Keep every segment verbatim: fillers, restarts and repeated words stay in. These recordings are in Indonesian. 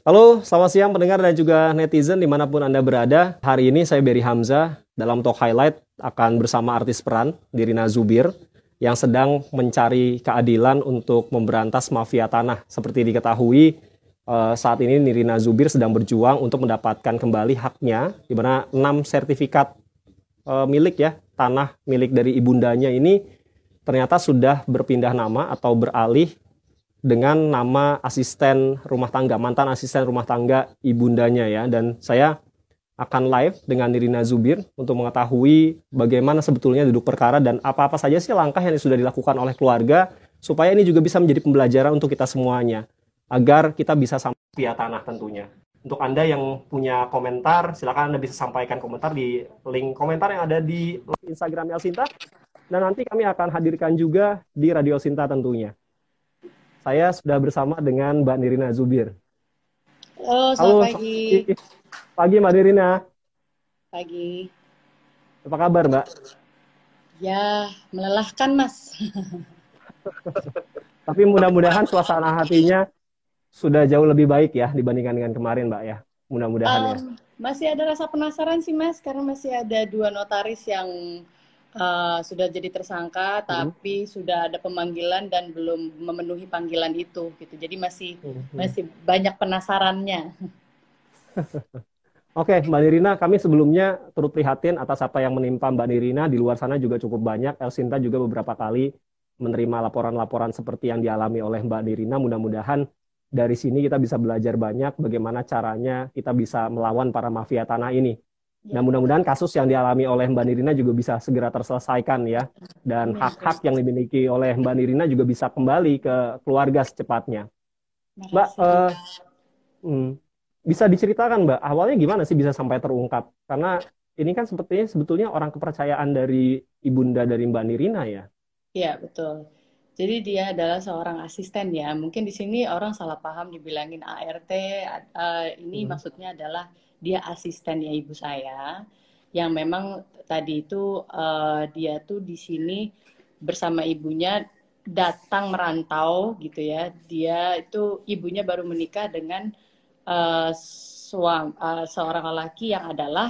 Halo, selamat siang pendengar dan juga netizen dimanapun Anda berada. Hari ini saya Berry Hamzah dalam Talk Highlight akan bersama artis peran Nirina Zubir yang sedang mencari keadilan untuk memberantas mafia tanah. Seperti diketahui, eh, saat ini Nirina Zubir sedang berjuang untuk mendapatkan kembali haknya, di mana enam sertifikat eh, milik ya, tanah milik dari ibundanya ini ternyata sudah berpindah nama atau beralih dengan nama asisten rumah tangga, mantan asisten rumah tangga ibundanya ya. Dan saya akan live dengan Nirina Zubir untuk mengetahui bagaimana sebetulnya duduk perkara dan apa-apa saja sih langkah yang sudah dilakukan oleh keluarga supaya ini juga bisa menjadi pembelajaran untuk kita semuanya agar kita bisa sampai via tanah tentunya. Untuk Anda yang punya komentar, silakan Anda bisa sampaikan komentar di link komentar yang ada di Instagram El Sinta dan nanti kami akan hadirkan juga di Radio Sinta tentunya. Saya sudah bersama dengan Mbak Nirina Zubir. Halo, selamat Halo, selamat pagi. pagi. Pagi Mbak Nirina. Pagi. Apa kabar Mbak? Ya, melelahkan, Mas. Tapi mudah-mudahan suasana hatinya sudah jauh lebih baik ya dibandingkan dengan kemarin Mbak ya. Mudah-mudahan ya. Um, masih ada rasa penasaran sih, Mas, karena masih ada dua notaris yang uh, sudah jadi tersangka, Hmm, tapi sudah ada pemanggilan dan belum memenuhi panggilan itu, gitu. Jadi masih hmm, hmm. masih banyak penasarannya. Oke, Mbak Nirina, kami sebelumnya turut prihatin atas apa yang menimpa Mbak Nirina. Di luar sana juga cukup banyak. El Sinta juga beberapa kali menerima laporan-laporan seperti yang dialami oleh Mbak Nirina. Mudah-mudahan dari sini kita bisa belajar banyak bagaimana caranya kita bisa melawan para mafia tanah ini. Ya, Dan mudah-mudahan kasus yang dialami oleh Mbak Nirina juga bisa segera terselesaikan ya. Dan amin. Terima hak-hak yang dimiliki oleh Mbak Nirina juga bisa kembali ke keluarga secepatnya. Mbak, kasih. eh, hmm, bisa diceritakan Mbak, awalnya gimana sih bisa sampai terungkap? Karena ini kan sepertinya sebetulnya orang kepercayaan dari ibunda dari Mbak Nirina ya. Iya, betul. Jadi dia adalah seorang asisten ya. Mungkin di sini orang salah paham dibilangin A R T. eh, ini Hmm, maksudnya adalah dia asistennya ibu saya. Yang memang tadi itu eh, dia tuh di sini bersama ibunya datang merantau gitu ya. Dia itu ibunya baru menikah dengan eh, suam, eh, seorang lelaki yang adalah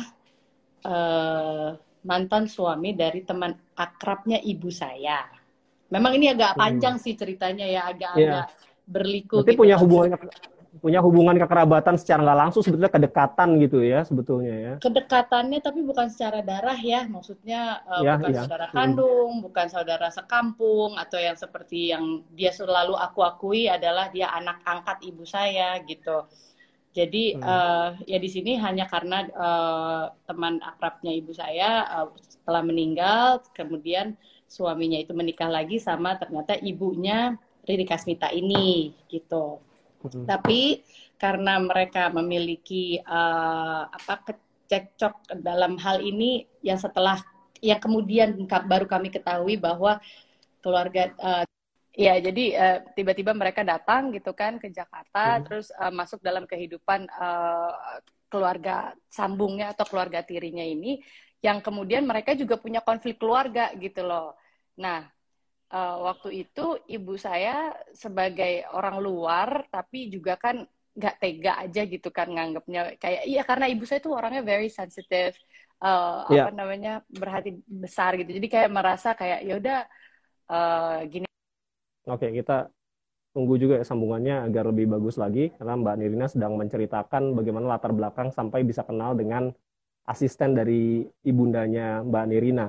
eh, mantan suami dari teman akrabnya ibu saya. Memang ini agak hmm. panjang sih ceritanya ya, agak-agak Iya, berliku berarti gitu. punya Tapi hubungan punya hubungan kekerabatan secara nggak langsung sebetulnya kedekatan gitu ya sebetulnya ya. kedekatannya tapi bukan secara darah ya, maksudnya uh, Iya, bukan iya. saudara Hmm, kandung, bukan saudara sekampung, atau yang seperti yang dia selalu aku akui adalah dia anak angkat ibu saya gitu. Jadi hmm, uh, ya di sini hanya karena uh, teman akrabnya ibu saya uh, telah meninggal, kemudian suaminya itu menikah lagi sama ternyata ibunya Riri Kasmita ini gitu. hmm, Tapi karena mereka memiliki uh, apa cekcok dalam hal ini yang setelah yang kemudian baru kami ketahui bahwa keluarga uh, ya, jadi uh, tiba-tiba mereka datang gitu kan ke Jakarta, hmm, terus uh, masuk dalam kehidupan uh, keluarga sambungnya atau keluarga tirinya ini, yang kemudian mereka juga punya konflik keluarga gitu loh. Nah, uh, waktu itu ibu saya sebagai orang luar, tapi juga kan nggak tega aja gitu kan nganggapnya kayak iya karena ibu saya tuh orangnya very sensitive, uh, apa iya. namanya berhati besar gitu. Jadi kayak merasa kayak ya udah uh, gini. Oke, kita tunggu juga ya sambungannya agar lebih bagus lagi karena Mbak Nirina sedang menceritakan bagaimana latar belakang sampai bisa kenal dengan asisten dari ibundanya Mbak Nirina.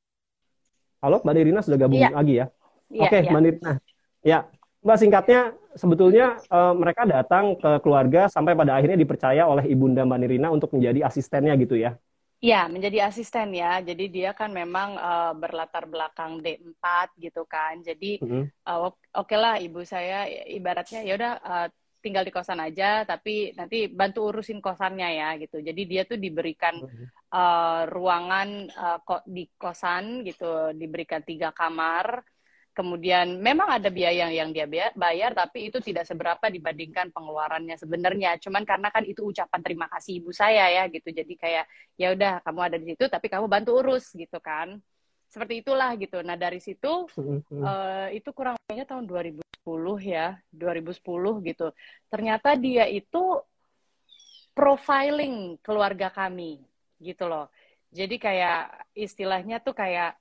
Halo, Mbak Nirina sudah gabung Iya, lagi ya? iya, Oke, iya. Mbak Nirina. Ya, Mbak singkatnya sebetulnya eh, mereka datang ke keluarga sampai pada akhirnya dipercaya oleh ibunda Mbak Nirina untuk menjadi asistennya gitu ya? Iya, menjadi asisten ya. Jadi dia kan memang uh, berlatar belakang D empat gitu kan. Jadi Mhm, uh, oke okay lah ibu saya ibaratnya ya udah uh, tinggal di kosan aja tapi nanti bantu urusin kosannya ya gitu. Jadi dia tuh diberikan mhm, uh, ruangan uh, kok di kosan gitu, diberikan tiga kamar. Kemudian memang ada biaya yang dia bayar, tapi itu tidak seberapa dibandingkan pengeluarannya sebenarnya. Cuman karena kan itu ucapan terima kasih ibu saya ya gitu. Jadi kayak ya udah kamu ada di situ, tapi kamu bantu urus gitu kan. Seperti itulah gitu. Nah dari situ mhm, mhm, uh, itu kurang lebihnya tahun dua ribu sepuluh ya, dua ribu sepuluh gitu. Ternyata dia itu profiling keluarga kami gitu loh. Jadi kayak istilahnya tuh kayak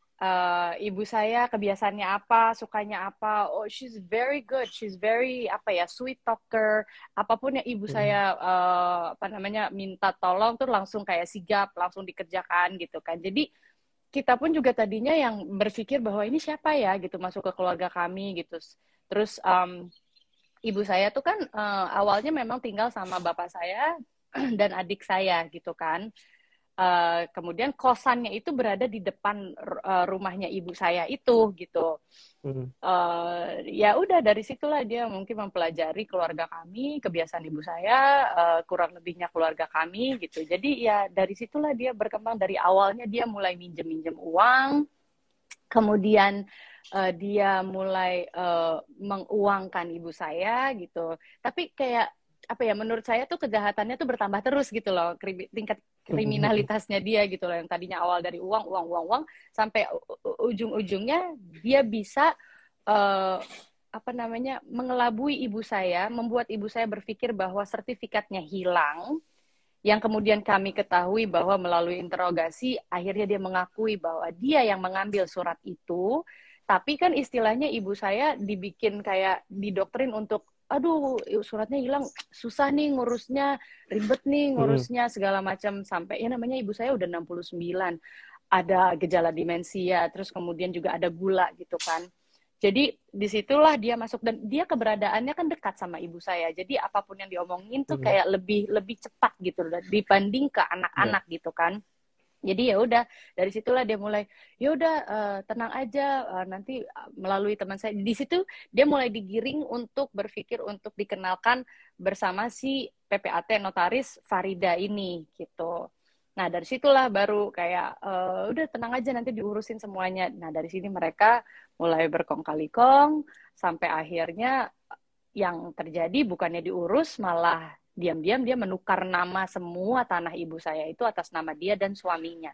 uh, ibu saya kebiasaannya apa, sukanya apa. Oh, she's very good, she's very apa ya, sweet talker. Apapun yang ibu Hmm. saya uh, apa namanya minta tolong tuh langsung kayak sigap, langsung dikerjakan gitu kan. Jadi kita pun juga tadinya yang berpikir bahwa ini siapa ya gitu masuk ke keluarga kami gitu. Terus um, ibu saya tuh kan uh, awalnya memang tinggal sama bapak saya dan adik saya gitu kan. Uh, kemudian kosannya itu berada di depan uh, rumahnya ibu saya itu gitu. Hmm. Uh, ya udah dari situlah dia mungkin mempelajari keluarga kami, kebiasaan ibu saya, uh, kurang lebihnya keluarga kami gitu. Jadi ya dari situlah dia berkembang. Dari awalnya dia mulai minjem-minjem uang, kemudian uh, dia mulai uh, menguangkan ibu saya gitu. Tapi kayak apa ya, menurut saya tuh kejahatannya tuh bertambah terus gitu loh, tingkat kriminalitasnya dia gitu loh, yang tadinya awal dari uang uang uang uang sampai ujung-ujungnya dia bisa uh, apa namanya mengelabui ibu saya, membuat ibu saya berpikir bahwa sertifikatnya hilang, yang kemudian kami ketahui bahwa melalui interogasi akhirnya dia mengakui bahwa dia yang mengambil surat itu. Tapi kan istilahnya ibu saya dibikin kayak didoktrin untuk aduh suratnya hilang, susah nih ngurusnya, ribet nih Hmm. ngurusnya segala macam, sampai ya namanya ibu saya udah enam puluh sembilan, ada gejala demensia, terus kemudian juga ada gula gitu kan. Jadi disitulah dia masuk, dan dia keberadaannya kan dekat sama ibu saya. Jadi apapun yang diomongin tuh Hmm. kayak lebih lebih cepat gitu dibanding ke Ya. anak-anak gitu kan. Jadi ya udah dari situlah dia mulai ya udah uh, tenang aja, uh, nanti melalui teman saya di situ dia mulai digiring untuk berpikir untuk dikenalkan bersama si P P A T notaris Farida ini gitu. Nah dari situlah baru kayak uh, udah tenang aja nanti diurusin semuanya. Nah dari sini mereka mulai berkong kali kong sampai akhirnya yang terjadi bukannya diurus, malah diam-diam dia menukar nama semua tanah ibu saya itu atas nama dia dan suaminya.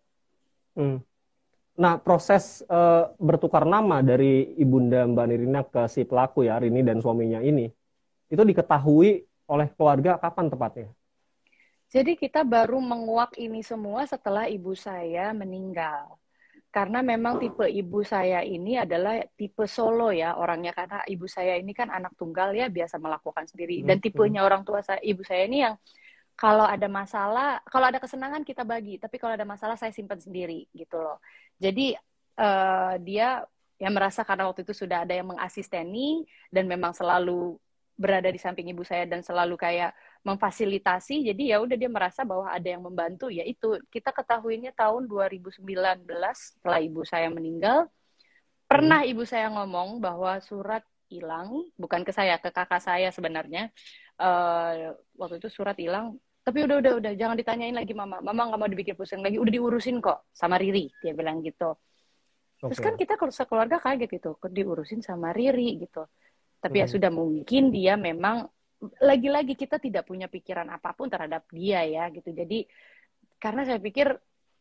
Hmm. Nah, proses eh, bertukar nama dari Ibunda Mbak Nirina ke si pelaku ya, Rini dan suaminya ini, itu diketahui oleh keluarga kapan tepatnya? Jadi kita baru menguak ini semua setelah ibu saya meninggal. Karena memang tipe ibu saya ini adalah tipe solo ya orangnya, karena ibu saya ini kan anak tunggal ya, biasa melakukan sendiri. Hmm. Dan Hmm. tipenya orang tua saya, ibu saya ini yang kalau ada masalah, kalau ada kesenangan kita bagi, tapi kalau ada masalah saya simpan sendiri gitu loh. Jadi uh, dia yang merasa karena waktu itu sudah ada yang mengasisteni dan memang selalu berada di samping ibu saya dan selalu kayak memfasilitasi, jadi ya udah dia merasa bahwa ada yang membantu. Ya itu kita ketahuinya tahun dua ribu sembilan belas setelah ibu saya meninggal, Hmm. pernah ibu saya ngomong bahwa surat hilang, bukan ke saya, ke kakak saya sebenarnya. Uh, waktu itu surat hilang, tapi udah udah udah jangan ditanyain lagi mama, mama nggak mau dibikin pusing lagi, udah diurusin kok sama Riri, dia bilang gitu. Terus kan Oke. kita kalau sekeluarga kaget gitu, kok diurusin sama Riri gitu. Tapi ya Hmm. sudah, mungkin dia memang lagi-lagi kita tidak punya pikiran apapun terhadap dia ya gitu. Jadi karena saya pikir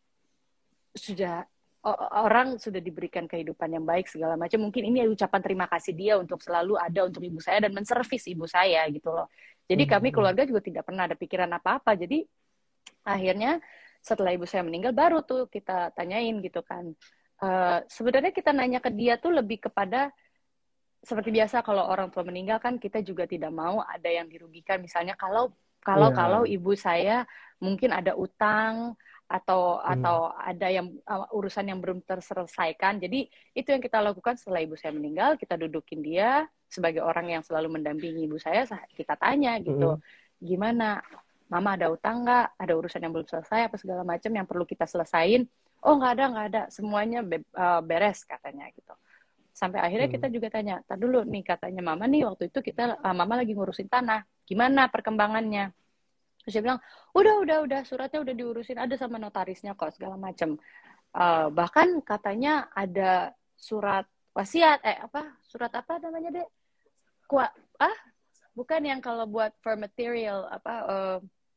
sudah orang sudah diberikan kehidupan yang baik segala macam, mungkin ini ucapan terima kasih dia untuk selalu ada untuk ibu saya dan menservis ibu saya gitu loh. Jadi kami Hmm. keluarga juga tidak pernah ada pikiran apa-apa. Jadi akhirnya setelah ibu saya meninggal baru tuh kita tanyain gitu kan. Uh, sebenarnya kita nanya ke dia tuh lebih kepada seperti biasa kalau orang tua meninggal kan kita juga tidak mau ada yang dirugikan. Misalnya kalau kalau kalau Iya. ibu saya mungkin ada utang atau Hmm. atau ada yang uh, urusan yang belum terselesaikan. Jadi itu yang kita lakukan setelah ibu saya meninggal, kita dudukin dia sebagai orang yang selalu mendampingi ibu saya, kita tanya gitu, Hmm. gimana, mama ada utang nggak, ada urusan yang belum selesai apa segala macam yang perlu kita selesain. Oh nggak ada nggak ada, semuanya be uh, beres katanya gitu. Sampai akhirnya kita Hmm. juga tanya, tar dulu nih katanya mama nih waktu itu kita uh, mama lagi ngurusin tanah, gimana perkembangannya? Terus dia bilang, udah udah udah suratnya udah diurusin, ada sama notarisnya kok segala macam. Uh, bahkan katanya ada surat wasiat, eh apa surat apa namanya deh? Kua, ah bukan yang kalau buat for material apa? Uh,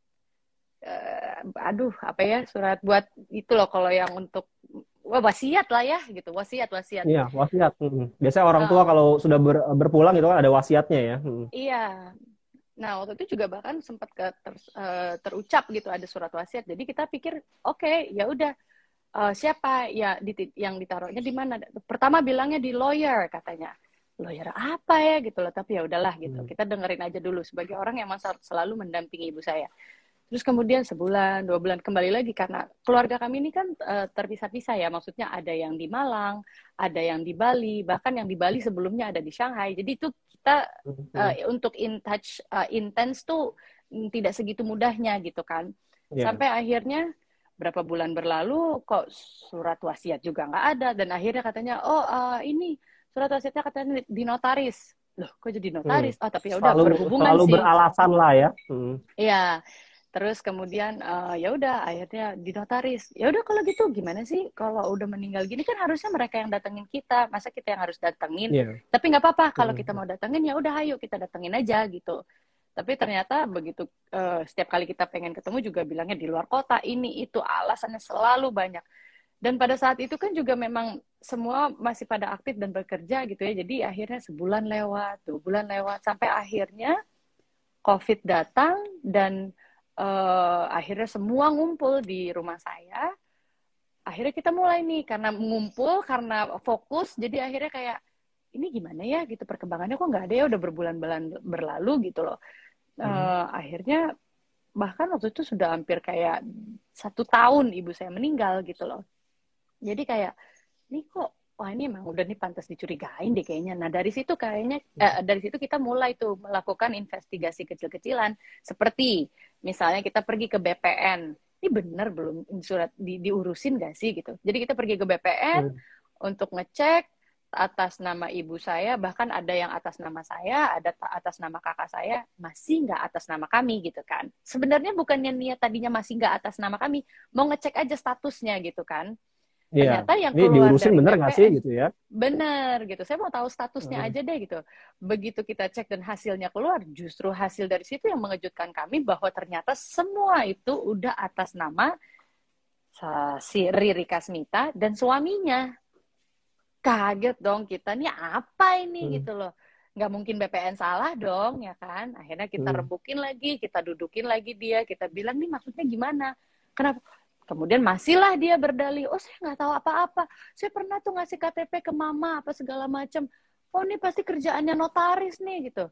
uh, aduh apa ya surat buat itu loh kalau yang untuk wah, wasiat lah ya gitu, wasiat wasiat. Iya, wasiat. Hmm. Biasanya orang tua Uh, kalau sudah ber- berpulang itu kan ada wasiatnya ya. Hmm. iya, Nah, waktu itu juga bahkan sempat ke ter, uh, terucap gitu ada surat wasiat. Jadi kita pikir, oke, okay, ya udah uh, siapa ya di, yang ditaruhnya di mana? Pertama bilangnya di lawyer katanya. Lawyer apa ya gitu loh. Tapi ya udahlah gitu. Hmm. Kita dengerin aja dulu sebagai orang yang masa selalu mendampingi ibu saya. Terus kemudian sebulan, dua bulan kembali lagi karena keluarga kami ini kan uh, terpisah-pisah ya. Maksudnya ada yang di Malang, ada yang di Bali, bahkan yang di Bali sebelumnya ada di Shanghai. Jadi itu kita uh, untuk in touch, uh, intense tuh tidak segitu mudahnya gitu kan. Yeah. Sampai akhirnya berapa bulan berlalu kok surat wasiat juga nggak ada. Dan akhirnya katanya, oh uh, ini surat wasiatnya katanya di notaris. Loh, kok jadi notaris? Hmm. Oh, tapi ya udah Selalu berhubungan selalu sih. beralasan lah ya. Hmm. Iya. Terus kemudian uh, ya udah akhirnya di notaris. Ya udah kalau gitu gimana sih kalau udah meninggal gini kan harusnya mereka yang datengin kita, masa kita yang harus datengin? Yeah. Tapi nggak apa-apa kalau Hmm. kita mau datengin ya udah ayo kita datengin aja gitu. Tapi ternyata begitu uh, setiap kali kita pengen ketemu juga bilangnya di luar kota, ini itu alasannya selalu banyak. Dan pada saat itu kan juga memang semua masih pada aktif dan bekerja gitu ya. Jadi akhirnya sebulan lewat, dua bulan lewat sampai akhirnya COVID datang dan Uh, akhirnya semua ngumpul di rumah saya. Akhirnya kita mulai nih karena ngumpul, karena fokus, jadi akhirnya kayak ini gimana ya gitu perkembangannya kok nggak ada ya udah berbulan-bulan berlalu gitu loh. Uh, hmm. Akhirnya bahkan waktu itu sudah hampir kayak satu tahun ibu saya meninggal gitu loh. Jadi kayak ini kok wah ini emang udah nih pantas dicurigain deh kayaknya. Nah dari situ kayaknya eh, dari situ kita mulai tuh melakukan investigasi kecil-kecilan seperti misalnya kita pergi ke B P N. Ini benar belum surat di, diurusin gak sih gitu. Jadi kita pergi ke B P N hmm. untuk ngecek atas nama ibu saya, bahkan ada yang atas nama saya, ada atas nama kakak saya, masih nggak atas nama kami gitu kan. Sebenarnya bukannya niat tadinya masih nggak atas nama kami, mau ngecek aja statusnya gitu kan. Iya. Ternyata yang Ini keluar diurusin dari bener B P N, nggak sih gitu ya? bener gitu. Saya mau tahu statusnya Hmm. aja deh gitu. Begitu kita cek dan hasilnya keluar, justru hasil dari situ yang mengejutkan kami bahwa ternyata semua itu udah atas nama si Riri Kasmita dan suaminya. Kaget dong kita, nih apa ini hmm. gitu loh. Nggak mungkin B P N salah dong ya kan. Akhirnya kita hmm. rebukin lagi, kita dudukin lagi dia, kita bilang nih maksudnya gimana? Kenapa? Kemudian masihlah dia berdalih, oh saya nggak tahu apa-apa, saya pernah tuh ngasih K T P ke mama apa segala macam. Oh ini pasti kerjaannya notaris nih gitu.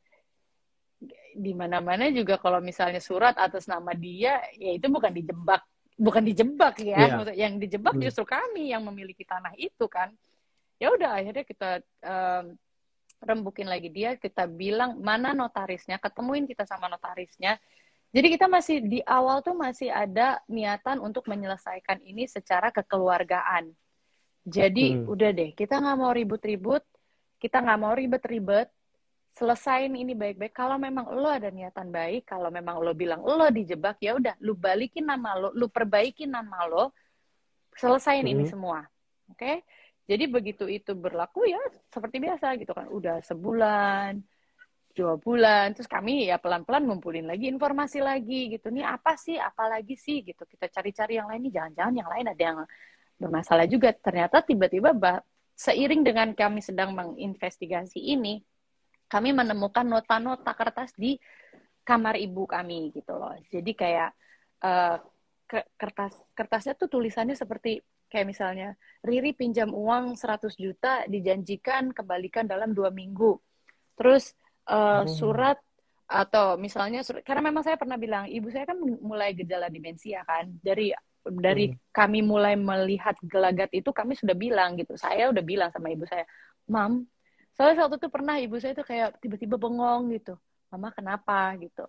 Di mana-mana juga kalau misalnya surat atas nama dia, ya itu bukan dijebak, bukan dijebak ya. Yeah. Yang dijebak hmm. justru kami yang memiliki tanah itu kan. Ya udah akhirnya kita um, rembukin lagi dia, kita bilang mana notarisnya, ketemuin kita sama notarisnya. Jadi kita masih di awal tuh masih ada niatan untuk menyelesaikan ini secara kekeluargaan. Jadi hmm. udah deh, kita nggak mau ribut-ribut, kita nggak mau ribet-ribet, selesain ini baik-baik. Kalau memang lo ada niatan baik, kalau memang lo bilang lo dijebak, ya udah, lo balikin nama lo, lo perbaikin nama lo, selesain hmm. ini semua, oke? Okay? Jadi begitu itu berlaku ya seperti biasa gitu kan, udah sebulan. Dua bulan, terus kami ya pelan-pelan ngumpulin lagi informasi lagi gitu. Nih apa sih, apa lagi sih gitu. Kita cari-cari yang lain nih, jangan-jangan yang lain ada yang bermasalah juga. Ternyata tiba-tiba seiring dengan kami sedang menginvestigasi ini, kami menemukan nota-nota kertas di kamar ibu kami gitu loh. Jadi kayak uh, kertas kertasnya tuh tulisannya seperti kayak misalnya Riri pinjam uang seratus juta dijanjikan kembalikan dalam dua minggu. Terus Uh, surat atau misalnya surat, karena memang saya pernah bilang ibu saya kan mulai gejala demensia kan dari dari hmm. kami mulai melihat gelagat itu kami sudah bilang gitu, saya udah bilang sama ibu saya, Mam, soalnya waktu itu pernah ibu saya tuh kayak tiba-tiba bengong gitu, Mama kenapa gitu,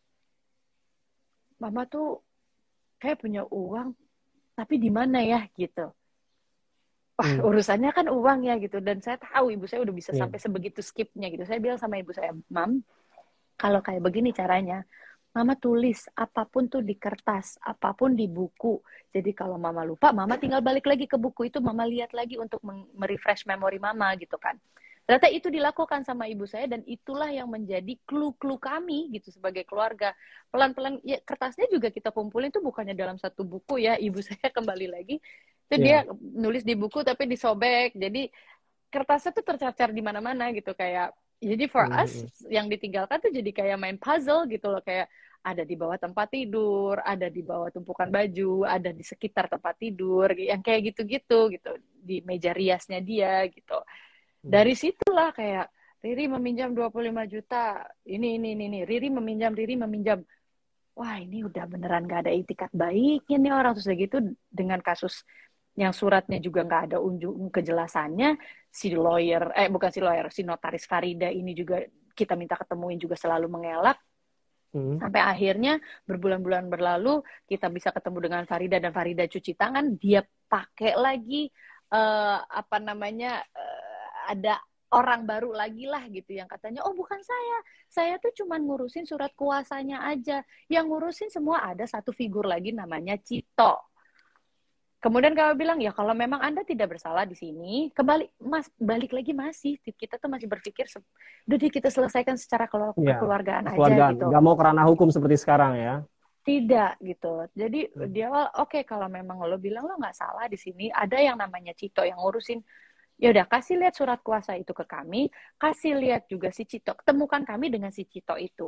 Mama tuh kayak punya uang tapi di mana ya gitu. Wah, hmm. urusannya kan uang ya gitu. Dan saya tahu ibu saya udah bisa yeah. sampai sebegitu skipnya gitu. Saya bilang sama ibu saya, Mam, kalau kayak begini caranya, Mama tulis apapun tuh di kertas, apapun di buku. Jadi kalau Mama lupa, Mama tinggal balik lagi ke buku itu, Mama lihat lagi untuk merefresh memori Mama gitu kan. Ternyata itu dilakukan sama ibu saya dan itulah yang menjadi clue-clue kami gitu sebagai keluarga. Pelan-pelan, ya kertasnya juga kita kumpulin tuh bukannya dalam satu buku ya. Ibu saya kembali lagi. Itu yeah. dia nulis di buku tapi disobek. Jadi kertasnya tuh tercacar di mana-mana gitu kayak Jadi for Hmm, us yang ditinggalkan tuh jadi kayak main puzzle gitu loh, kayak ada di bawah tempat tidur, ada di bawah tumpukan baju, ada di sekitar tempat tidur, yang kayak gitu-gitu gitu, di meja riasnya dia gitu. hmm. Dari situlah kayak Riri meminjam dua puluh lima juta, ini ini ini, ini. Riri meminjam, Riri meminjam. Wah, ini udah beneran gak ada itikat baiknya nih orang. Terus udah gitu dengan kasus yang suratnya juga nggak ada unjuk kejelasannya, si lawyer, eh bukan si lawyer, si notaris Farida ini juga kita minta ketemuin juga selalu mengelak. Hmm. Sampai akhirnya berbulan-bulan berlalu kita bisa ketemu dengan Farida dan Farida cuci tangan, dia pakai lagi uh, apa namanya uh, ada orang baru lagi lah gitu yang katanya oh bukan saya, saya tuh cuman ngurusin surat kuasanya aja, yang ngurusin semua ada satu figur lagi namanya Cito. Kemudian kamu bilang ya kalau memang Anda tidak bersalah di sini, kembali mas balik lagi masih kita tuh masih berpikir udah deh kita selesaikan secara Ya, kekeluargaan aja keluargaan. gitu. Nggak mau ke ranah hukum seperti sekarang ya. Tidak gitu. Jadi Hmm. dia oke okay, kalau memang lo bilang lo nggak salah di sini, ada yang namanya Cito yang ngurusin. Ya udah kasih lihat surat kuasa itu ke kami, kasih lihat juga si Cito, temukan kami dengan si Cito itu.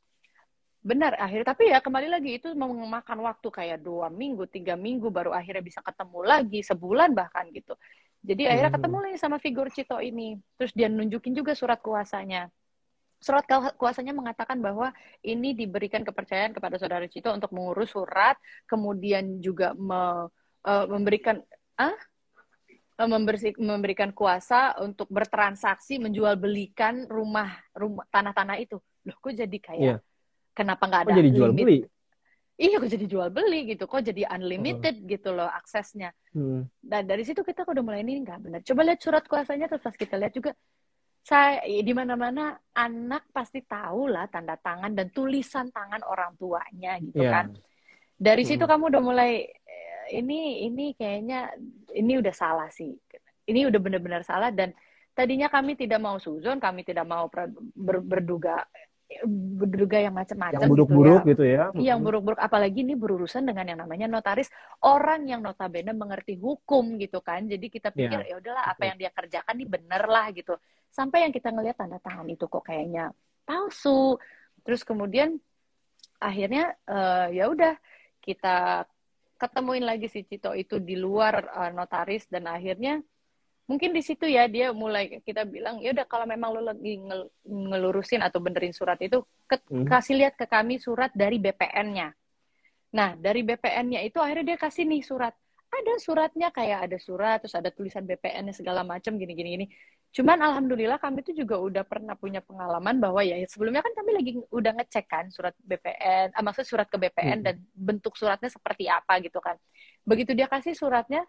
Benar, akhirnya tapi ya kembali lagi itu memakan waktu kayak dua minggu, tiga minggu baru akhirnya bisa ketemu lagi, sebulan bahkan gitu. Jadi akhirnya ketemu lagi sama figur Cito ini. Terus dia nunjukin juga surat kuasanya. Surat kuasanya mengatakan bahwa ini diberikan kepercayaan kepada saudara Cito untuk mengurus surat, kemudian juga me, uh, memberikan ah uh, membersih, memberikan kuasa untuk bertransaksi menjual belikan rumah rumah tanah-tanah itu. Loh, kok jadi kayak Iya. kenapa nggak Kok ada jadi jual limit? beli? Iya, kok jadi jual beli gitu, kok jadi Uh. unlimited gitu loh aksesnya. Hmm. Dan dari situ kita udah mulai ini nggak benar. Coba lihat surat kuasanya, terus pas kita lihat juga, saya di mana-mana anak pasti tahu lah tanda tangan dan tulisan tangan orang tuanya gitu Yeah. kan. Dari Hmm. situ kamu udah mulai ini ini kayaknya ini udah salah sih. Ini udah benar-benar salah dan tadinya kami tidak mau suzon, kami tidak mau ber, berduga berduga yang macam-macam yang buruk-buruk gitu ya. gitu ya. Yang buruk-buruk, apalagi ini berurusan dengan yang namanya notaris, orang yang notabene mengerti hukum gitu kan. Jadi kita pikir ya udahlah apa yang dia kerjakan ini bener lah gitu. Sampai yang kita ngelihat tanda tangan itu kok kayaknya palsu. Terus kemudian akhirnya uh, ya udah kita ketemuin lagi si Cito itu di luar uh, notaris dan akhirnya mungkin di situ ya dia mulai kita bilang ya udah kalau memang lo lagi ngel, ngelurusin atau benerin surat itu ke, hmm. kasih lihat ke kami surat dari B P N-nya. Nah dari B P N-nya itu akhirnya dia kasih nih surat. Ada suratnya kayak ada surat terus ada tulisan B P N-nya segala macam gini-gini gini. Cuman alhamdulillah kami tuh juga udah pernah punya pengalaman bahwa ya sebelumnya kan kami lagi udah ngecek kan surat B P N, ah, maksudnya surat ke B P N hmm. dan bentuk suratnya seperti apa gitu kan. Begitu dia kasih suratnya,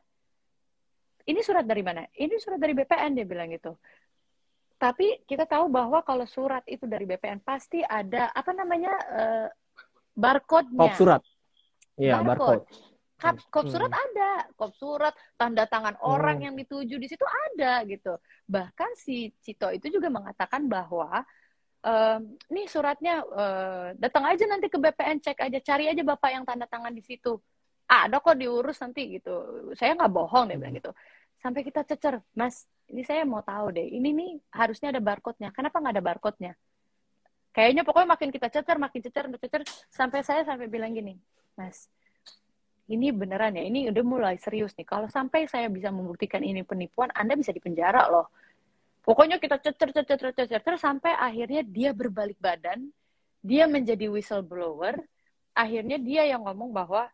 ini surat dari mana? Ini surat dari B P N, dia bilang gitu. Tapi kita tahu bahwa kalau surat itu dari B P N pasti ada apa namanya uh, barcode-nya. Kop surat. Iya, barcode. barcode. Kop, kop surat hmm. ada, kop surat, tanda tangan hmm. orang yang dituju di situ ada gitu. Bahkan si Cito itu juga mengatakan bahwa uh, nih suratnya uh, datang aja nanti ke B P N, cek aja, cari aja bapak yang tanda tangan di situ. Ada kok diurus nanti gitu. Saya nggak bohong dia bilang gitu. Sampai kita cecer, Mas, ini saya mau tahu deh. Ini nih harusnya ada barcode-nya. Kenapa nggak ada barcode-nya? Kayaknya pokoknya makin kita cecer, makin cecer, cecer. Sampai saya sampai bilang gini, Mas, ini beneran ya, ini udah mulai serius nih. Kalau sampai saya bisa membuktikan ini penipuan, Anda bisa dipenjara loh. Pokoknya kita cecer, cecer, cecer, cecer, sampai akhirnya dia berbalik badan, dia menjadi whistleblower. Akhirnya dia yang ngomong bahwa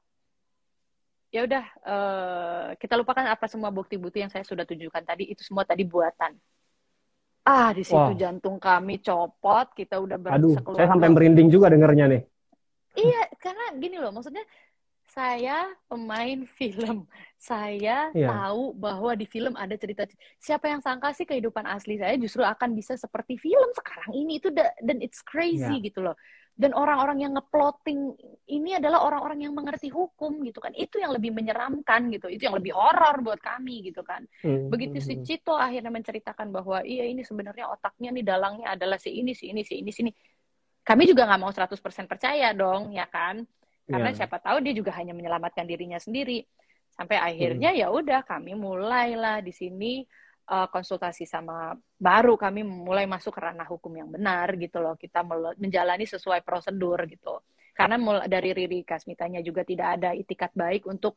ya udah uh, kita lupakan apa semua bukti-bukti yang saya sudah tunjukkan tadi, itu semua tadi buatan. Ah, di situ wow. Jantung kami copot, kita udah berasa keluar. Aduh, saya sampai merinding juga dengarnya nih. Iya, karena gini loh, maksudnya saya pemain film, saya yeah. tahu bahwa di film ada cerita. Siapa yang sangka sih kehidupan asli saya justru akan bisa seperti film sekarang ini itu dan it's crazy yeah. gitu loh. Dan orang-orang yang ngeplotting ini adalah orang-orang yang mengerti hukum gitu kan. Itu yang lebih menyeramkan gitu. Itu yang lebih horor buat kami gitu kan. Hmm. Begitu si Cito akhirnya menceritakan bahwa iya ini sebenarnya otaknya nih dalangnya adalah si ini, si ini, si ini, si ini. Kami juga nggak mau seratus persen percaya dong, ya kan? Karena yeah. siapa tahu dia juga hanya menyelamatkan dirinya sendiri. Sampai akhirnya hmm. ya udah kami mulailah di sini uh, konsultasi sama, baru kami mulai masuk ke ranah hukum yang benar gitu loh. Kita menjalani sesuai prosedur gitu. Karena dari Riri Kasmitanya juga tidak ada itikat baik untuk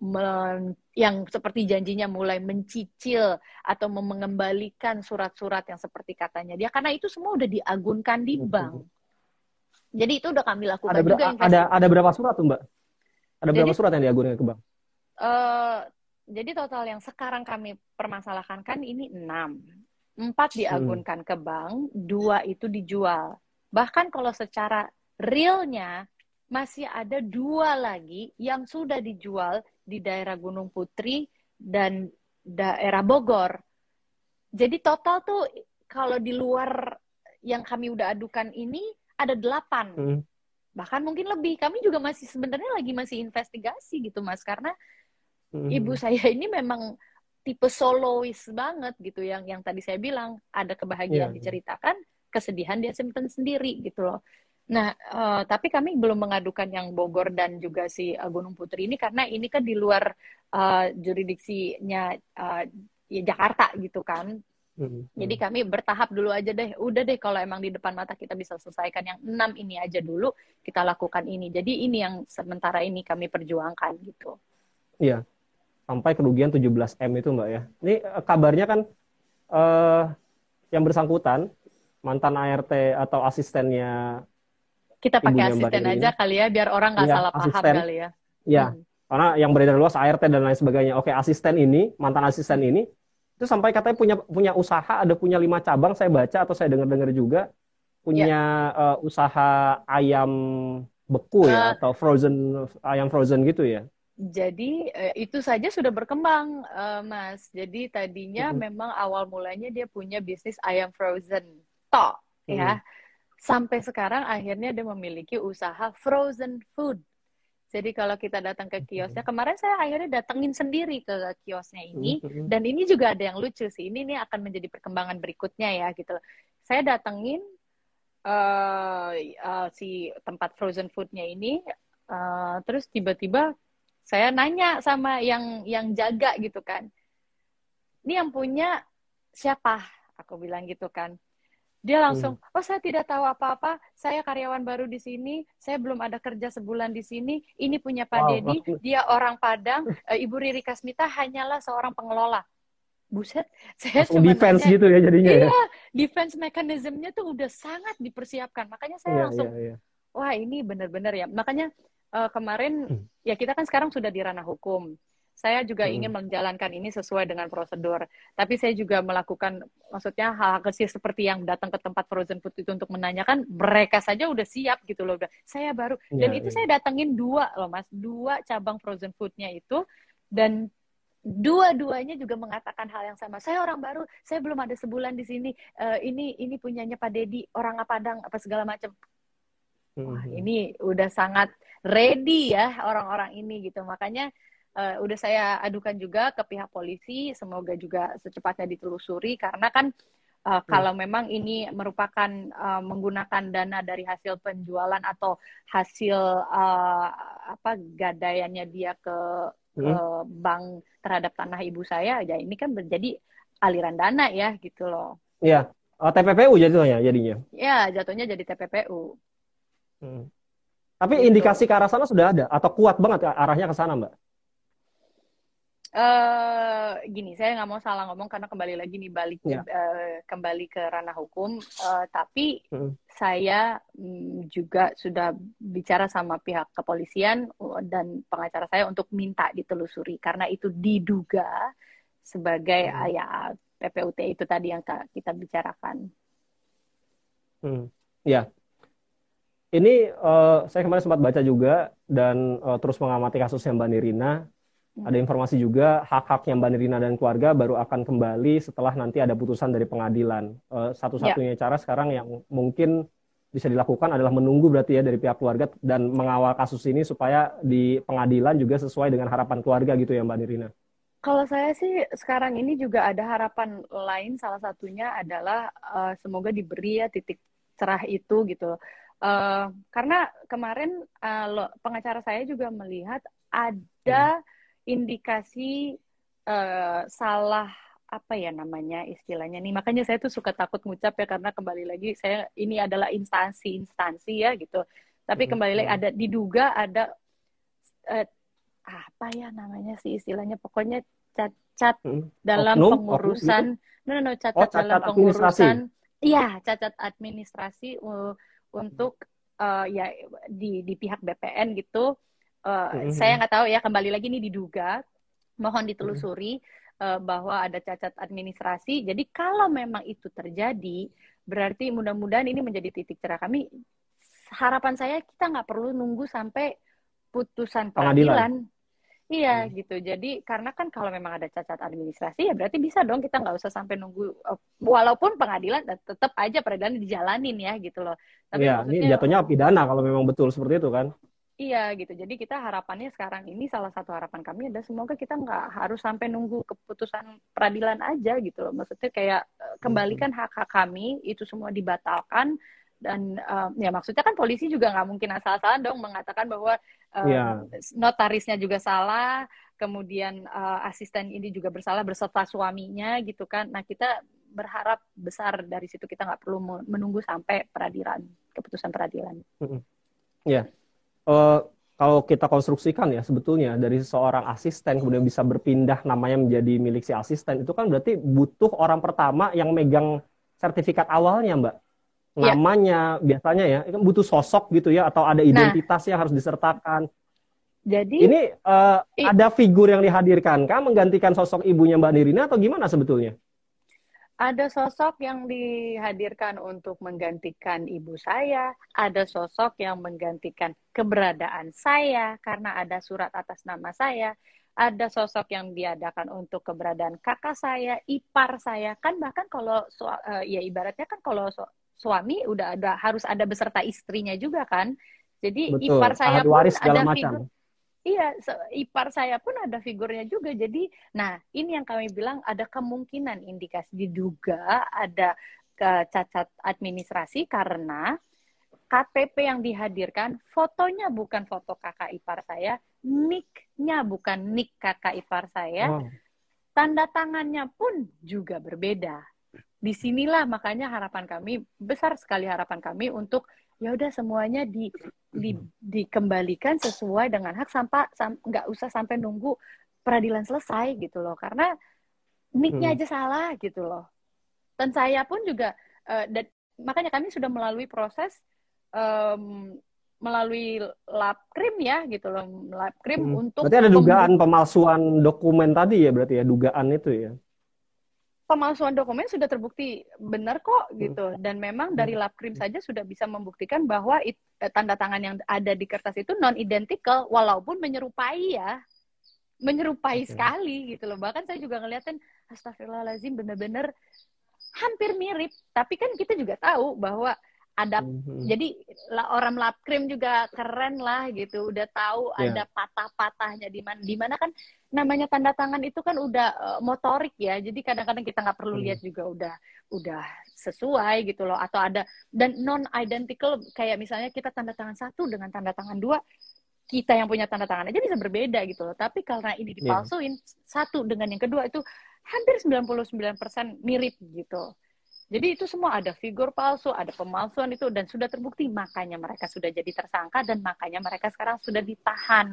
men, yang seperti janjinya mulai mencicil atau mengembalikan surat-surat yang seperti katanya dia. Karena itu semua udah diagunkan di bank. Jadi itu udah kami lakukan Ada, ber juga ada investigasi. ada berapa surat tuh Mbak? Ada Jadi, berapa surat yang diagunkan ke bank? Uh, jadi total yang sekarang kami permasalahkan kan ini enam. Empat diagunkan hmm. ke bank, dua itu dijual. Bahkan kalau secara realnya masih ada dua lagi yang sudah dijual di daerah Gunung Putri dan daerah Bogor. Jadi total tuh kalau di luar yang kami udah adukan ini ada delapan. Hmm. Bahkan mungkin lebih. Kami juga masih sebenarnya lagi masih investigasi gitu Mas, karena hmm. ibu saya ini memang tipe solois banget gitu, yang yang tadi saya bilang ada kebahagiaan yeah. diceritakan, kesedihan dia simpen sendiri gitu loh. Nah, uh, tapi kami belum mengadukan yang Bogor dan juga si uh, Gunung Putri ini karena ini kan di luar uh, juridiksinya uh, ya Jakarta gitu kan. Hmm. Jadi kami bertahap dulu aja deh. Udah deh kalau emang di depan mata kita bisa selesaikan yang enam ini aja dulu, kita lakukan ini. Jadi ini yang sementara ini kami perjuangkan gitu. Iya. Sampai kerugian tujuh belas M itu Mbak ya. Ini kabarnya kan eh, yang bersangkutan mantan A R T atau asistennya, kita pakai asisten aja kali ya biar orang nggak ya, salah asisten, paham kali ya. Iya. Hmm. Karena yang beredar luas A R T dan lain sebagainya. Oke, asisten ini, mantan asisten hmm. ini itu sampai katanya punya punya usaha, ada punya lima cabang, saya baca atau saya dengar-dengar juga punya ya. uh, usaha ayam beku ya uh, atau frozen ayam frozen gitu ya. Jadi itu saja sudah berkembang, uh, Mas. Jadi tadinya mm-hmm. memang awal mulanya dia punya bisnis ayam frozen, toh, mm-hmm. ya. Sampai sekarang akhirnya dia memiliki usaha frozen food. Jadi kalau kita datang ke kiosnya, kemarin saya akhirnya datengin sendiri ke kiosnya ini, mm-hmm. dan ini juga ada yang lucu sih. Ini nih akan menjadi perkembangan berikutnya ya, gitu. Saya datengin uh, uh, si tempat frozen foodnya ini, uh, terus tiba-tiba saya nanya sama yang yang jaga gitu kan, ini yang punya siapa? Aku bilang gitu kan. Dia langsung, hmm. oh saya tidak tahu apa-apa, saya karyawan baru di sini, saya belum ada kerja sebulan di sini, ini punya Pak wow, Dedi, maksud... dia orang Padang, e, Ibu Riri Kasmita hanyalah seorang pengelola. Buset, saya cuma defense nanya, gitu ya jadinya iya, ya? defense mekanismenya tuh udah sangat dipersiapkan, makanya saya yeah, langsung, yeah, yeah. wah ini benar-benar ya, makanya uh, kemarin, hmm. ya kita kan sekarang sudah di ranah hukum. Saya juga hmm. ingin menjalankan ini sesuai dengan prosedur. Tapi saya juga melakukan, maksudnya hal-hal kecil seperti yang datang ke tempat frozen food itu untuk menanyakan, mereka saja udah siap gitu loh. Udah. Saya baru, dan ya, itu ya. Saya datengin dua loh Mas, dua cabang frozen foodnya itu, dan dua-duanya juga mengatakan hal yang sama. Saya orang baru, saya belum ada sebulan di sini. Uh, ini ini punyanya Pak Dedi, orang Padang apa segala macam. Wah, hmm. ini udah sangat ready ya orang-orang ini gitu. Makanya Uh, udah saya adukan juga ke pihak polisi, semoga juga secepatnya ditelusuri karena kan uh, hmm. kalau memang ini merupakan uh, menggunakan dana dari hasil penjualan atau hasil uh, apa gadaiannya dia ke, hmm. ke bank terhadap tanah ibu saya, ya ini kan menjadi aliran dana ya gitu loh. Iya, uh, T P P U jatuhnya jadinya. Ya, jatuhnya jadi T P P U. Hmm. Tapi gitu. Indikasi ke arah sana sudah ada atau kuat banget arahnya ke sana, Mbak? Uh, gini, saya nggak mau salah ngomong karena kembali lagi nih balik ya. uh, kembali ke ranah hukum. Uh, tapi hmm. saya um, juga sudah bicara sama pihak kepolisian dan pengacara saya untuk minta ditelusuri karena itu diduga sebagai hmm. ya P P U T itu tadi yang kita bicarakan. Hmm. Ya, ini uh, saya kemarin sempat baca juga dan uh, terus mengamati kasusnya Mbak Nirina. Ada informasi juga hak-haknya Mbak Nirina dan keluarga baru akan kembali setelah nanti ada putusan dari pengadilan. Uh, satu-satunya ya. Cara sekarang yang mungkin bisa dilakukan adalah menunggu berarti ya dari pihak keluarga dan mengawal kasus ini supaya di pengadilan juga sesuai dengan harapan keluarga gitu ya Mbak Nirina. Kalau saya sih sekarang ini juga ada harapan lain, salah satunya adalah uh, semoga diberi ya titik cerah itu gitu. Uh, karena kemarin uh, pengacara saya juga melihat ada hmm. indikasi uh, salah apa ya namanya istilahnya nih, makanya saya tuh suka takut ngucap ya, karena kembali lagi saya ini adalah instansi-instansi ya gitu, tapi kembali lagi ada diduga ada eh, apa ya namanya sih istilahnya, pokoknya cacat Hmm. dalam Oknum, oknum gitu. pengurusan, no, no, no, Oh, cacat dalam cacat administrasi. pengurusan, iya cacat administrasi uh, untuk uh, ya di di pihak B P N gitu. Uh, saya Hmm. nggak tahu ya, kembali lagi ini diduga, mohon Hmm. ditelusuri uh, bahwa ada cacat administrasi. Jadi kalau memang itu terjadi, berarti mudah-mudahan ini menjadi titik cerah kami. Harapan saya kita nggak perlu nunggu sampai putusan Pengadilan. peradilan. Iya Hmm. gitu. Jadi karena kan kalau memang ada cacat administrasi ya berarti bisa dong, kita nggak usah sampai nunggu, uh, walaupun pengadilan tetap aja peradilan dijalanin ya gitu loh. Tapi Iya, ini maksudnya jatuhnya pidana kalau memang betul seperti itu kan. iya gitu. Jadi kita harapannya sekarang ini, salah satu harapan kami adalah semoga kita nggak harus sampai nunggu keputusan peradilan aja gitu loh. Maksudnya kayak uh, Hmm. kembalikan hak-hak kami itu semua dibatalkan. Dan um, ya maksudnya kan polisi juga nggak mungkin asal-asalan dong mengatakan bahwa um, Iya. notarisnya juga salah, kemudian uh, asisten ini juga bersalah berserta suaminya gitu kan. Nah kita berharap besar dari situ, kita nggak perlu menunggu sampai peradilan, keputusan peradilan. Hmm. Iya. Eh, kalau kita konstruksikan ya sebetulnya dari seorang asisten kemudian bisa berpindah namanya menjadi milik si asisten, itu kan berarti butuh orang pertama yang megang sertifikat awalnya, Mbak. Iya. Namanya biasanya ya, itu butuh sosok gitu ya, atau ada Nah, identitas yang harus disertakan. jadi Ini eh, i- ada figur yang dihadirkan, kah menggantikan sosok ibunya Mbak Nirina atau gimana sebetulnya? ada sosok yang dihadirkan untuk menggantikan ibu saya, ada sosok yang menggantikan keberadaan saya karena ada surat atas nama saya, ada sosok yang diadakan untuk keberadaan kakak saya, ipar saya. Kan bahkan kalau su- eh, ya ibaratnya kan kalau su- suami udah ada harus ada beserta istrinya juga kan. Jadi Betul, ipar ahli saya pun waris segala ada macam. figur. Iya, ipar saya pun ada figurnya juga. Jadi, nah ini yang kami bilang ada kemungkinan indikasi diduga ada cacat administrasi karena K T P yang dihadirkan fotonya bukan foto kakak ipar saya, nick-nya bukan nick kakak ipar saya, Oh. tanda tangannya pun juga berbeda. Disinilah makanya harapan kami, besar sekali harapan kami untuk ya udah semuanya di, di dikembalikan sesuai dengan hak, sampai nggak usah sampai nunggu peradilan selesai gitu loh, karena nicknya Hmm. aja salah gitu loh. Dan saya pun juga uh, dan, makanya kami sudah melalui proses um, melalui lab krim ya gitu loh, lab krim Hmm. untuk Berarti ada dugaan pembuktian. pemalsuan dokumen tadi ya, berarti ya dugaan itu ya. Pemalsuan dokumen sudah terbukti benar kok Hmm. gitu, dan memang dari Hmm. lab krim saja sudah bisa membuktikan bahwa it, eh, tanda tangan yang ada di kertas itu non identical walaupun menyerupai ya, menyerupai Oke. sekali gitu loh. Bahkan saya juga ngeliatin astagfirullahaladzim, bener-bener hampir mirip, tapi kan kita juga tahu bahwa ada Hmm. jadi orang lab krim juga keren lah gitu, udah tahu Ya. ada patah-patahnya di mana, di mana kan namanya tanda tangan itu kan udah uh, motorik ya, jadi kadang-kadang kita nggak perlu Hmm. lihat juga udah udah sesuai gitu loh, atau ada dan non identical kayak misalnya kita tanda tangan satu dengan tanda tangan dua, kita yang punya tanda tangan aja bisa berbeda gitu loh, tapi karena ini Ya. dipalsuin satu dengan yang kedua itu hampir sembilan puluh sembilan persen mirip gitu. Jadi itu semua ada figur palsu, ada pemalsuan itu, dan sudah terbukti, makanya mereka sudah jadi tersangka dan makanya mereka sekarang sudah ditahan.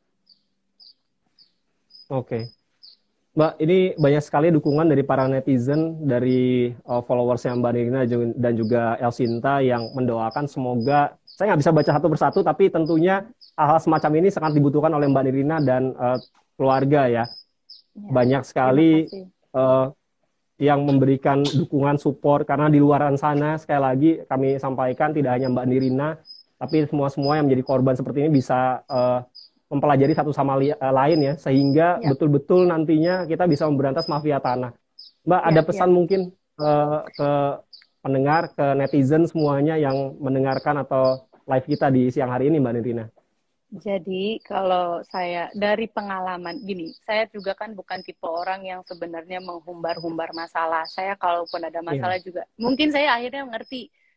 Oke. Mbak, ini banyak sekali dukungan dari para netizen, dari uh, followersnya Mbak Nirina dan juga Elsinta yang mendoakan semoga, saya nggak bisa baca satu persatu, tapi tentunya hal-hal semacam ini sangat dibutuhkan oleh Mbak Nirina dan uh, keluarga ya. Ya, banyak sekali uh, yang memberikan dukungan support, karena di luar sana sekali lagi kami sampaikan tidak hanya Mbak Nirina tapi semua-semua yang menjadi korban seperti ini bisa uh, mempelajari satu sama li- uh, lain ya, sehingga ya. betul-betul nantinya kita bisa memberantas mafia tanah. Mbak, Ya, ada pesan ya. mungkin uh, ke pendengar, ke netizen semuanya yang mendengarkan atau live kita di siang hari ini Mbak Nirina? Jadi kalau saya dari pengalaman gini, saya juga kan bukan tipe orang yang sebenarnya menghumbar-humbar masalah. Saya kalaupun ada masalah Yeah. juga, mungkin saya akhirnya ngerti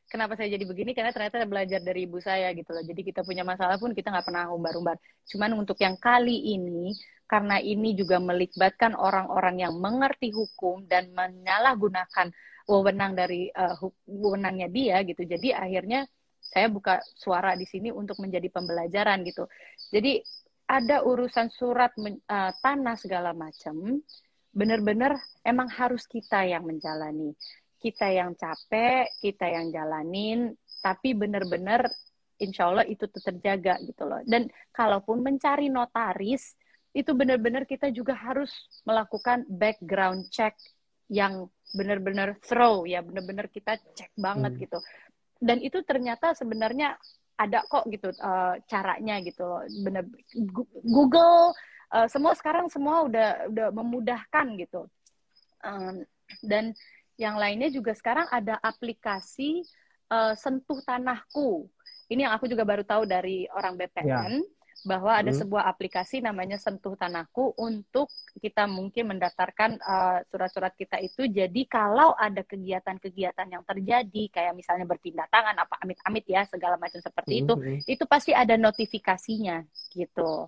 kenapa saya jadi begini, karena ternyata belajar dari ibu saya gitu loh. Jadi kita punya masalah pun kita nggak pernah umbar-umbar. Cuman untuk yang kali ini, karena ini juga melibatkan orang-orang yang mengerti hukum dan menyalahgunakan wewenang dari uh, wewenangnya dia gitu. Jadi akhirnya saya buka suara di sini untuk menjadi pembelajaran gitu. Jadi ada urusan surat uh, tanah segala macam, benar-benar emang harus kita yang menjalani. Kita yang capek, kita yang jalanin, tapi benar-benar insya Allah itu terjaga gitu loh. Dan kalaupun mencari notaris, itu benar-benar kita juga harus melakukan background check yang benar-benar thorough ya, benar-benar kita cek banget hmm. gitu. Dan itu ternyata sebenarnya ada kok gitu uh, caranya gitu loh. Bener Google uh, semua sekarang semua udah udah memudahkan gitu. Um, dan yang lainnya juga sekarang ada aplikasi uh, Sentuh Tanahku. Ini yang aku juga baru tahu dari orang B P N. Ya. Bahwa ada hmm. sebuah aplikasi namanya Sentuh Tanahku untuk kita mungkin mendaftarkan uh, surat-surat kita itu. Jadi kalau ada kegiatan-kegiatan yang terjadi, kayak misalnya berpindah tangan, apa amit-amit ya, segala macam seperti hmm. itu, itu pasti ada notifikasinya gitu.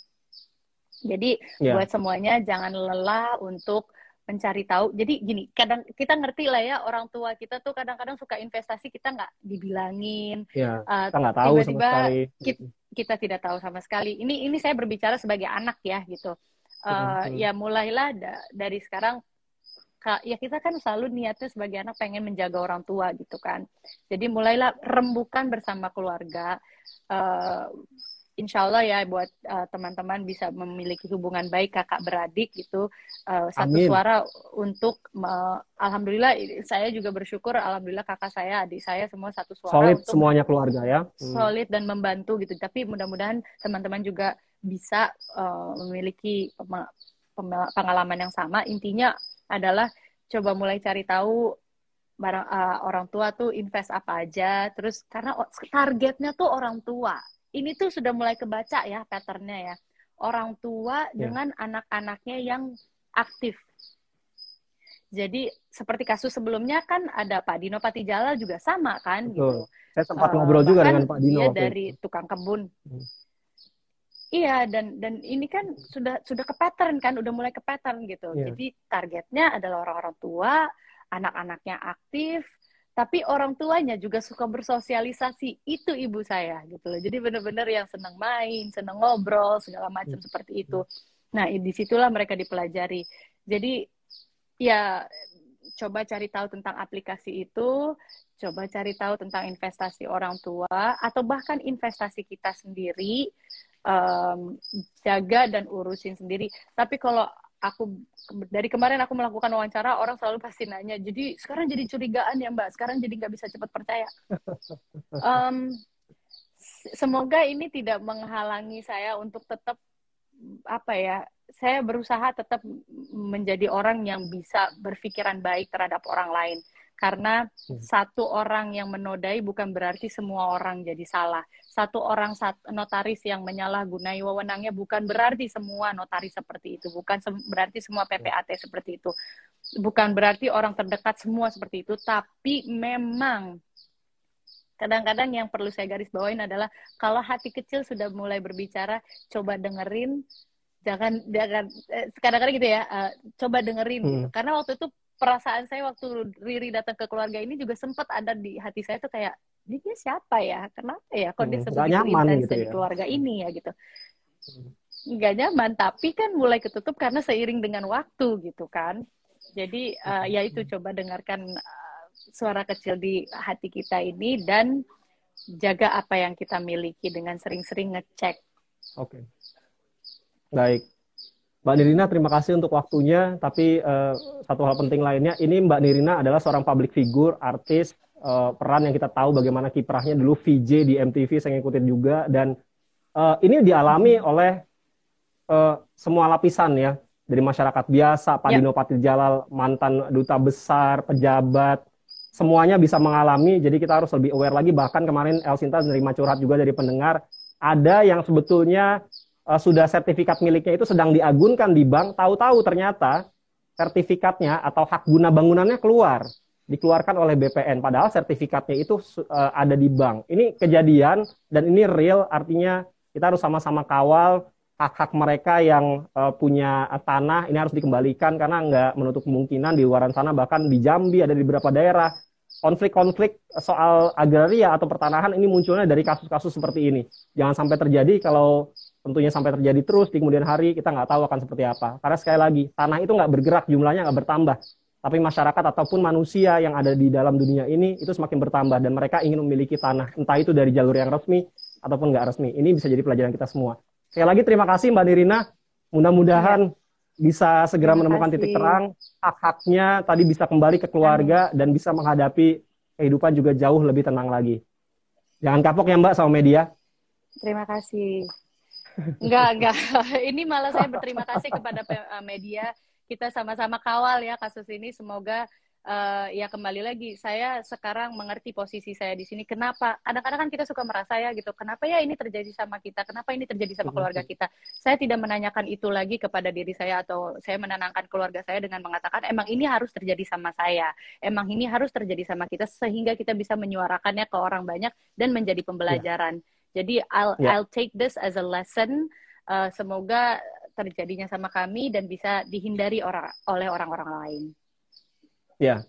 Jadi yeah. buat semuanya jangan lelah untuk mencari tahu. Jadi gini, kadang kita ngerti lah ya, orang tua kita tuh kadang-kadang suka investasi, kita nggak dibilangin. Ya, uh, kita nggak tahu tiba-tiba sama sekali. Kita, kita tidak tahu sama sekali. Ini ini saya berbicara sebagai anak ya gitu. Uh, hmm. Ya mulailah da- dari sekarang. Ka- ya kita kan selalu niatnya sebagai anak pengen menjaga orang tua gitu kan. Jadi mulailah rembukan bersama keluarga. Uh, Insya Allah ya buat uh, teman-teman bisa memiliki hubungan baik kakak beradik gitu, uh, satu Amin. Suara untuk uh, alhamdulillah saya juga bersyukur, alhamdulillah kakak saya, adik saya semua satu suara. Solid untuk semuanya keluarga ya. Hmm. Solid dan membantu gitu. Tapi mudah-mudahan teman-teman juga bisa uh, memiliki pengalaman yang sama. Intinya adalah coba mulai cari tahu barang uh, orang tua tuh invest apa aja, terus karena targetnya tuh orang tua. Ini tuh sudah mulai kebaca ya patternnya ya. Orang tua ya. Dengan anak-anaknya yang aktif. Jadi seperti kasus sebelumnya kan ada Pak Dino Patijalal juga sama kan. Betul. Gitu. Saya sempat uh, ngobrol juga dengan Pak Dino. Dia dari itu. Tukang kebun. Hmm. Iya, dan dan ini kan sudah sudah ke pattern kan, udah mulai ke pattern gitu. Ya. Jadi targetnya adalah orang-orang tua, anak-anaknya aktif, tapi orang tuanya juga suka bersosialisasi. Itu ibu saya gitu loh. Jadi benar-benar yang senang main, senang ngobrol, segala macam hmm. seperti itu. Nah, disitulah mereka dipelajari. Jadi ya coba cari tahu tentang aplikasi itu, coba cari tahu tentang investasi orang tua, atau bahkan investasi kita sendiri, um, jaga dan urusin sendiri. Tapi kalau aku dari kemarin aku melakukan wawancara, orang selalu pasti nanya, jadi sekarang jadi curigaan ya Mbak, sekarang jadi nggak bisa cepat percaya. Um, semoga ini tidak menghalangi saya untuk tetap apa ya, saya berusaha tetap menjadi orang yang bisa berpikiran baik terhadap orang lain. Karena hmm. satu orang yang menodai bukan berarti semua orang jadi salah. Satu orang notaris yang menyalahgunai wewenangnya bukan berarti semua notaris seperti itu. Bukan se- berarti semua P P A T seperti itu. Bukan berarti orang terdekat semua seperti itu. Tapi memang kadang-kadang yang perlu saya garis bawain adalah kalau hati kecil sudah mulai berbicara, coba dengerin. Jangan, jangan eh, kadang-kadang gitu ya, uh, coba dengerin hmm. gitu. Karena waktu itu perasaan saya waktu Riri datang ke keluarga ini juga sempat ada di hati saya tuh kayak, dia siapa ya? Kenapa ya? Kok dia sebegitu intens gitu di ya. Keluarga ini ya gitu. Nggak nyaman, tapi kan mulai ketutup karena seiring dengan waktu gitu kan. Jadi uh, ya itu coba dengarkan uh, suara kecil di hati kita ini dan jaga apa yang kita miliki dengan sering-sering ngecek. Oke. Okay. Baik. Mbak Nirina, terima kasih untuk waktunya. Tapi uh, satu hal penting lainnya, ini Mbak Nirina adalah seorang public figure, artis, uh, peran yang kita tahu bagaimana kiprahnya dulu V J di M T V, saya ngikutin juga. Dan uh, ini dialami oleh uh, semua lapisan ya, dari masyarakat biasa, Pak yep. Dino Patijalal, mantan duta besar, pejabat, semuanya bisa mengalami. Jadi kita harus lebih aware lagi. Bahkan kemarin Elsinta menerima curhat juga dari pendengar, ada yang sebetulnya Uh, sudah sertifikat miliknya itu sedang diagunkan di bank, tahu-tahu ternyata sertifikatnya atau hak guna bangunannya keluar. dikeluarkan oleh B P N, padahal sertifikatnya itu uh, ada di bank. Ini kejadian dan ini real, artinya kita harus sama-sama kawal hak-hak mereka yang uh, punya tanah, ini harus dikembalikan karena nggak menutup kemungkinan di luar sana, bahkan di Jambi ada di beberapa daerah, konflik-konflik soal agraria atau pertanahan ini munculnya dari kasus-kasus seperti ini. Jangan sampai terjadi, kalau tentunya sampai terjadi terus di kemudian hari, kita nggak tahu akan seperti apa. Karena sekali lagi, tanah itu nggak bergerak, jumlahnya nggak bertambah. Tapi masyarakat ataupun manusia yang ada di dalam dunia ini itu semakin bertambah dan mereka ingin memiliki tanah, entah itu dari jalur yang resmi ataupun nggak resmi. Ini bisa jadi pelajaran kita semua. Sekali lagi terima kasih Mbak Nirina. Mudah-mudahan ya, bisa segera terima menemukan kasih. Titik terang, hak-haknya tadi bisa kembali ke keluarga Amin. Dan bisa menghadapi kehidupan juga jauh lebih tenang lagi. Jangan kapok ya Mbak sama media. Terima kasih. Enggak, enggak. Ini malah saya berterima kasih kepada media. Kita sama-sama kawal ya kasus ini. Semoga uh, ya kembali lagi. Saya sekarang mengerti posisi saya di sini. Kenapa? Kadang-kadang kan kita suka merasa ya gitu. Kenapa ya ini terjadi sama kita? Kenapa ini terjadi sama keluarga kita? Saya tidak menanyakan itu lagi kepada diri saya atau saya menenangkan keluarga saya dengan mengatakan emang ini harus terjadi sama saya. Emang ini harus terjadi sama kita sehingga kita bisa menyuarakannya ke orang banyak dan menjadi pembelajaran. Ya. Jadi I'll yeah. I'll take this as a lesson. Uh, semoga terjadinya sama kami dan bisa dihindari orang oleh orang-orang lain. Ya,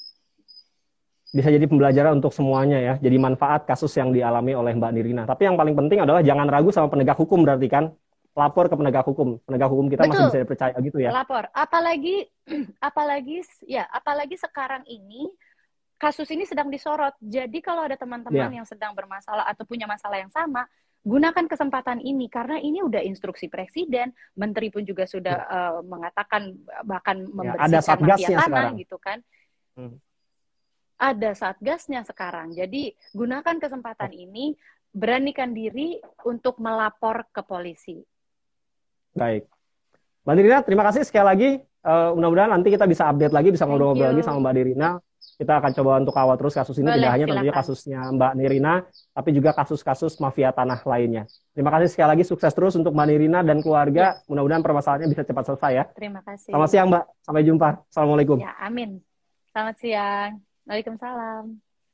bisa jadi pembelajaran untuk semuanya ya. Jadi manfaat kasus yang dialami oleh Mbak Nirina. Tapi yang paling penting adalah jangan ragu sama penegak hukum, berarti kan lapor ke penegak hukum. Penegak hukum kita Betul. Masih bisa dipercaya gitu ya. Lapor. Apalagi, apalagi ya, apalagi sekarang ini kasus ini sedang disorot. Jadi kalau ada teman-teman ya. Yang sedang bermasalah atau punya masalah yang sama, gunakan kesempatan ini karena ini udah instruksi presiden, menteri pun juga sudah ya. uh, mengatakan bahkan membersihkan ya, mafia tanah sekarang. Gitu kan. Hmm. Ada satgasnya sekarang. Jadi gunakan kesempatan oh. ini, beranikan diri untuk melapor ke polisi. Baik. Mbak Nirina, terima kasih sekali lagi. Uh, mudah-mudahan nanti kita bisa update lagi, bisa ngobrol-ngobrol lagi sama Mbak Nirina. Kita akan coba untuk kawal terus kasus ini, Boleh, tidak hanya silakan. Tentunya kasusnya Mbak Nirina, tapi juga kasus-kasus mafia tanah lainnya. Terima kasih sekali lagi, sukses terus untuk Mbak Nirina dan keluarga. Ya. Mudah-mudahan permasalahannya bisa cepat selesai ya. Terima kasih. Selamat siang Mbak, sampai jumpa. Assalamualaikum. Ya, amin. Selamat siang. Waalaikumsalam.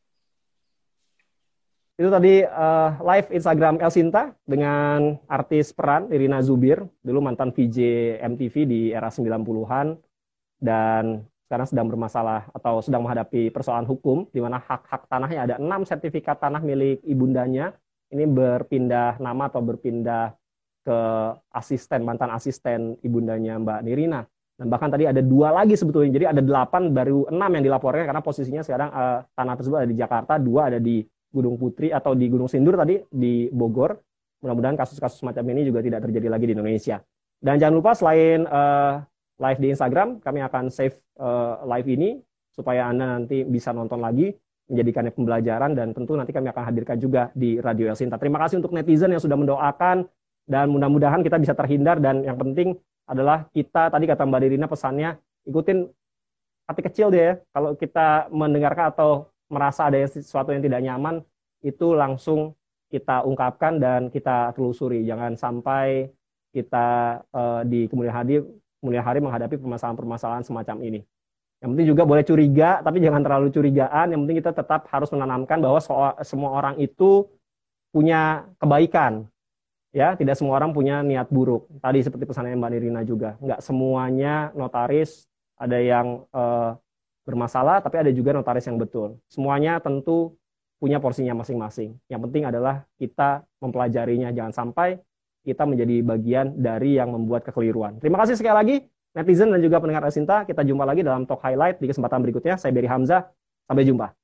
Itu tadi uh, live Instagram Elsinta dengan artis peran Nirina Zubir, dulu mantan V J M T V di era sembilan puluhan, dan sekarang sedang bermasalah atau sedang menghadapi persoalan hukum di mana hak-hak tanahnya ada enam sertifikat tanah milik ibundanya ini berpindah nama atau berpindah ke asisten, mantan asisten ibundanya Mbak Nirina. Dan bahkan tadi ada dua lagi sebetulnya, jadi ada delapan, baru enam yang dilaporkan karena posisinya sekarang uh, tanah tersebut ada di Jakarta, dua ada di Gunung Putri atau di Gunung Sindur tadi di Bogor. Mudah-mudahan kasus-kasus semacam ini juga tidak terjadi lagi di Indonesia. Dan jangan lupa selain uh, live di Instagram, kami akan save uh, live ini supaya Anda nanti bisa nonton lagi, menjadikannya pembelajaran, dan tentu nanti kami akan hadirkan juga di Radio Elsinta. Terima kasih untuk netizen yang sudah mendoakan, dan mudah-mudahan kita bisa terhindar, dan yang penting adalah kita, tadi kata Mbak Nirina pesannya, ikutin hati kecil deh ya, kalau kita mendengarkan atau merasa ada sesuatu yang tidak nyaman, itu langsung kita ungkapkan dan kita telusuri. Jangan sampai kita uh, di kemudian hari kemudian hari menghadapi permasalahan-permasalahan semacam ini. Yang penting juga boleh curiga, tapi jangan terlalu curigaan. Yang penting kita tetap harus menanamkan bahwa so- semua orang itu punya kebaikan. Ya, tidak semua orang punya niat buruk. Tadi seperti pesannya Mbak Nirina juga. Nggak semuanya notaris ada yang uh, bermasalah, tapi ada juga notaris yang betul. Semuanya tentu punya porsinya masing-masing. Yang penting adalah kita mempelajarinya. Jangan sampai kita menjadi bagian dari yang membuat kekeliruan. Terima kasih sekali lagi, netizen dan juga pendengar Elsinta. Kita jumpa lagi dalam Talk Highlight di kesempatan berikutnya. Saya Berry Hamzah. Sampai jumpa.